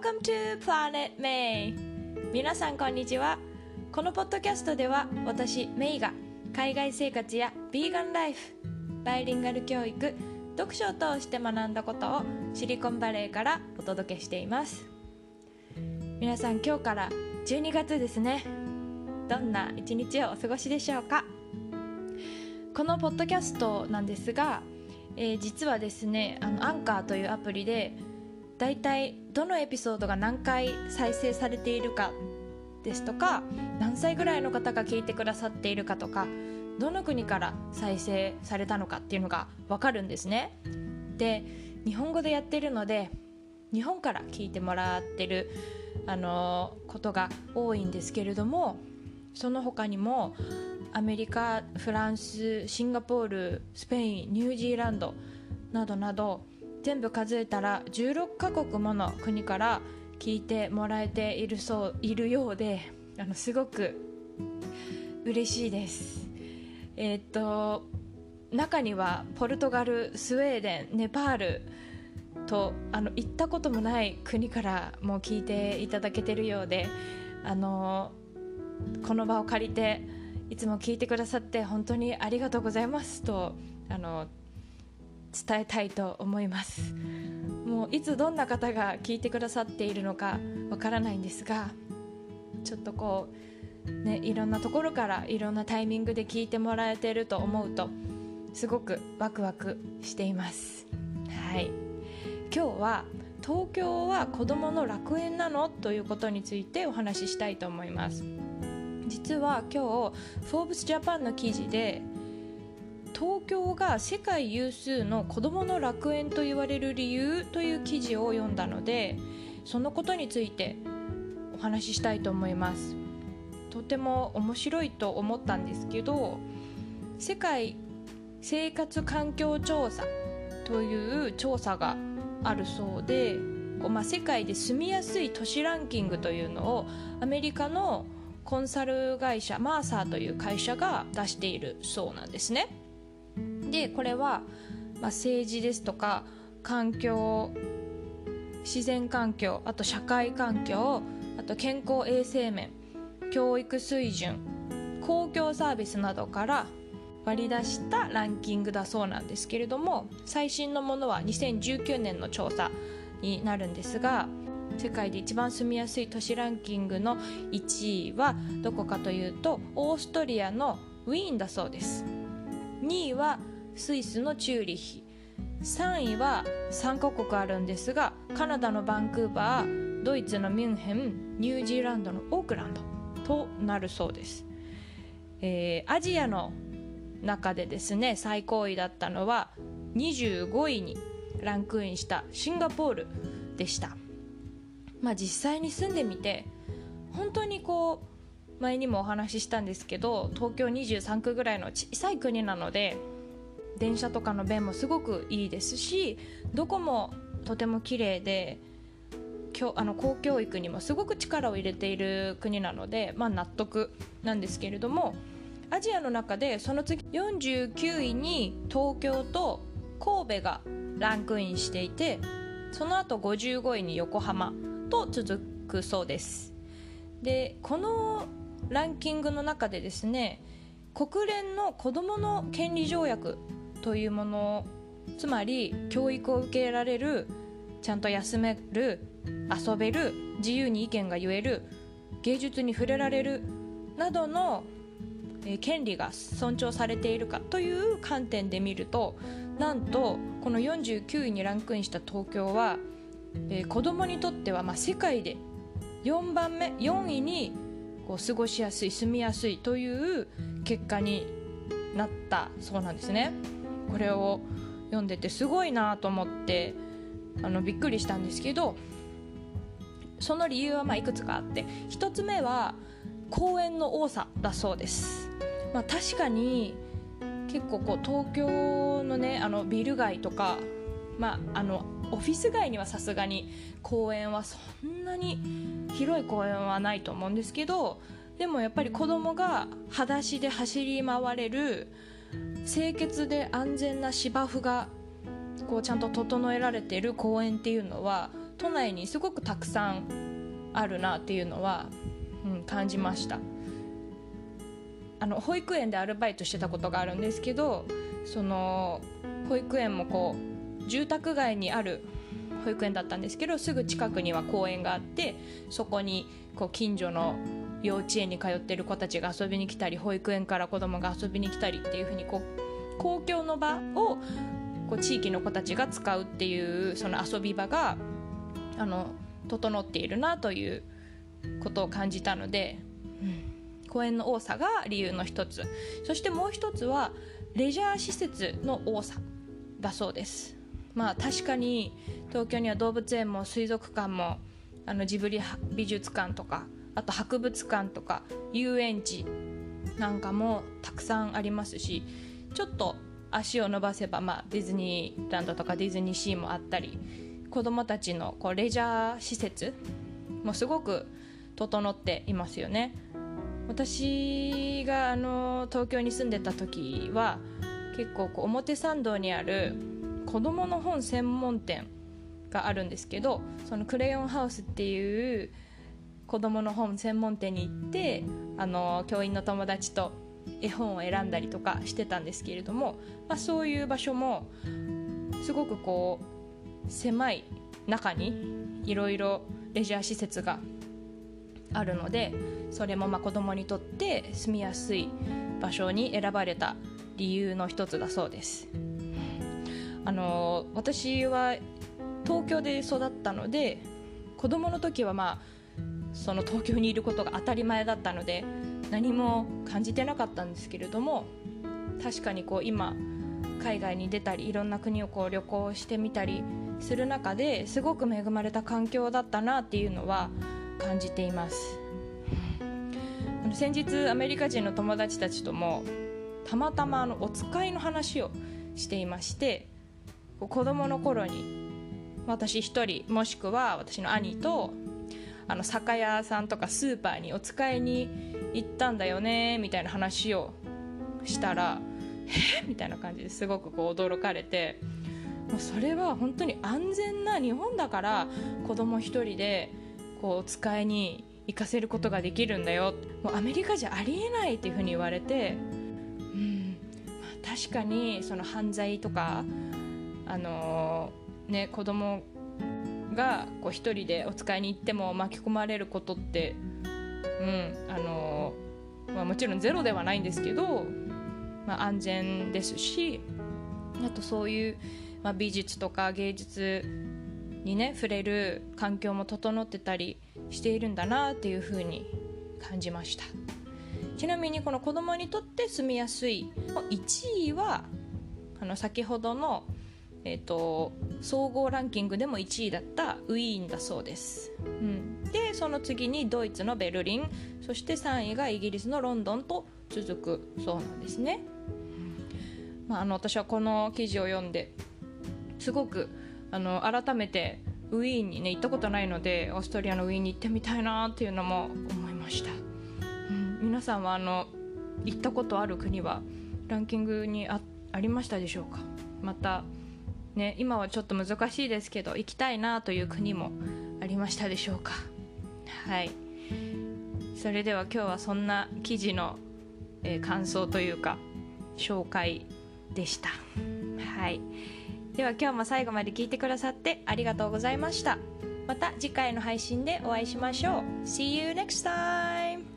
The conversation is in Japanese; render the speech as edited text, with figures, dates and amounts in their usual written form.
Welcome to Planet May。 皆さんこんにちは。このポッドキャストでは私メイが海外生活やビーガンライフ、バイリンガル教育、読書を通して学んだことをシリコンバレーからお届けしています。皆さん今日から12月ですね。どんな一日をお過ごしでしょうか。このポッドキャストなんですが、実はですね、アンカーというアプリでだいたいどのエピソードが何回再生されているかですとか、何歳ぐらいの方が聞いてくださっているかとか、どの国から再生されたのかっていうのが分かるんですね。で、日本語でやってるので日本から聞いてもらってることが多いんですけれども、その他にもアメリカ、フランス、シンガポール、スペイン、ニュージーランドなどなど、全部数えたら16カ国もの国から聞いてもらえているようで、すごく嬉しいです。中にはポルトガル、スウェーデン、ネパールと行ったこともない国からも聞いていただけているようで、この場を借りていつも聞いてくださって本当にありがとうございますと伝えたいと思います。もういつどんな方が聞いてくださっているのかわからないんですが、ちょっといろんなところからいろんなタイミングで聞いてもらえていると思うとすごくワクワクしています。はい、今日は東京は子どもの楽園なのということについてお話ししたいと思います。実は今日フォーブスジャパンの記事で、東京が世界有数の子どもの楽園と言われる理由という記事を読んだので、そのことについてお話ししたいと思います。とても面白いと思ったんですけど、世界生活環境調査という調査があるそうで、世界で住みやすい都市ランキングというのをアメリカのコンサル会社マーサーという会社が出しているそうなんですね。で、これは、政治ですとか環境、自然環境、あと社会環境、あと健康衛生面、教育水準、公共サービスなどから割り出したランキングだそうなんですけれども、最新のものは2019年の調査になるんですが、世界で一番住みやすい都市ランキングの1位はどこかというと、オーストリアのウィーンだそうです。2位はスイスのチューリッヒ、3位は3カ国あるんですが、カナダのバンクーバー、ドイツのミュンヘン、ニュージーランドのオークランドとなるそうです。アジアの中でですね、最高位だったのは25位にランクインしたシンガポールでした。実際に住んでみて本当に前にもお話ししたんですけど、東京23区ぐらいの小さい国なので、電車とかの便もすごくいいですし、どこもとても綺麗で、公教育にもすごく力を入れている国なので、納得なんですけれども、アジアの中でその次49位に東京と神戸がランクインしていて、その後55位に横浜と続くそうです。で、このランキングの中でですね、国連の子どもの権利条約というもの、つまり教育を受けられる、ちゃんと休める、遊べる、自由に意見が言える、芸術に触れられるなどの権利が尊重されているかという観点で見ると、なんとこの49位にランクインした東京は、子どもにとっては世界で4位に過ごしやすい、住みやすいという結果になったそうなんですね。これを読んでてすごいなと思ってびっくりしたんですけど、その理由はいくつかあって、一つ目は公園の多さだそうです。確かに結構東京のね、ビル街とか、オフィス街にはさすがに公園はそんなに広い公園はないと思うんですけど、でもやっぱり子供が裸足で走り回れる清潔で安全な芝生がちゃんと整えられている公園っていうのは都内にすごくたくさんあるなっていうのは、感じました。保育園でアルバイトしてたことがあるんですけど、その保育園もこう住宅街にある保育園だったんですけど、すぐ近くには公園があって、そこにこう近所の幼稚園に通っている子たちが遊びに来たり、保育園から子供が遊びに来たりっていう風にこう公共の場をこう地域の子たちが使うっていうその遊び場が整っているなということを感じたので、公園の多さが理由の一つ。そしてもう一つはレジャー施設の多さだそうです。確かに東京には動物園も水族館もジブリ美術館とか、あと博物館とか遊園地なんかもたくさんありますし、ちょっと足を伸ばせば、ディズニーランドとかディズニーシーもあったり、子どもたちのこうレジャー施設もすごく整っていますよね。私が東京に住んでた時は結構こう表参道にある子どもの本専門店があるんですけど、そのクレヨンハウスっていう子どもの本専門店に行って教員の友達と絵本を選んだりとかしてたんですけれども、そういう場所もすごくこう狭い中にいろいろレジャー施設があるので、それも子供にとって住みやすい場所に選ばれた理由の一つだそうです。私は東京で育ったので、子供の時はその東京にいることが当たり前だったので何も感じてなかったんですけれども、確かにこう今海外に出たりいろんな国をこう旅行してみたりする中ですごく恵まれた環境だったなっていうのは感じています。先日アメリカ人の友達たちともたまたまお使いの話をしていまして、子供の頃に私一人もしくは私の兄と酒屋さんとかスーパーにお使いに行ったんだよねみたいな話をしたら、みたいな感じですごくこう驚かれて、もうそれは本当に安全な日本だから子供一人でこうお使いに行かせることができるんだよ、もうアメリカじゃありえないっていうふうに言われて、確かにその犯罪とか子供がこう一人でお使いに行っても巻き込まれることって、もちろんゼロではないんですけど、安全ですし、あとそういう、美術とか芸術にね触れる環境も整ってたりしているんだなっていうふうに感じました。ちなみにこの子供にとって住みやすい1位は先ほどの総合ランキングでも1位だったウィーンだそうです、でその次にドイツのベルリン、そして3位がイギリスのロンドンと続くそうなんですね。私はこの記事を読んですごく改めてウィーンにね行ったことないので、オーストリアのウィーンに行ってみたいなっていうのも思いました。皆さんは行ったことある国はランキングに ありましたでしょうか。またね、今はちょっと難しいですけど行きたいなという国もありましたでしょうか。はい、それでは今日はそんな記事の、感想というか紹介でした。はい、では今日も最後まで聞いてくださってありがとうございました。また次回の配信でお会いしましょう。See you next time!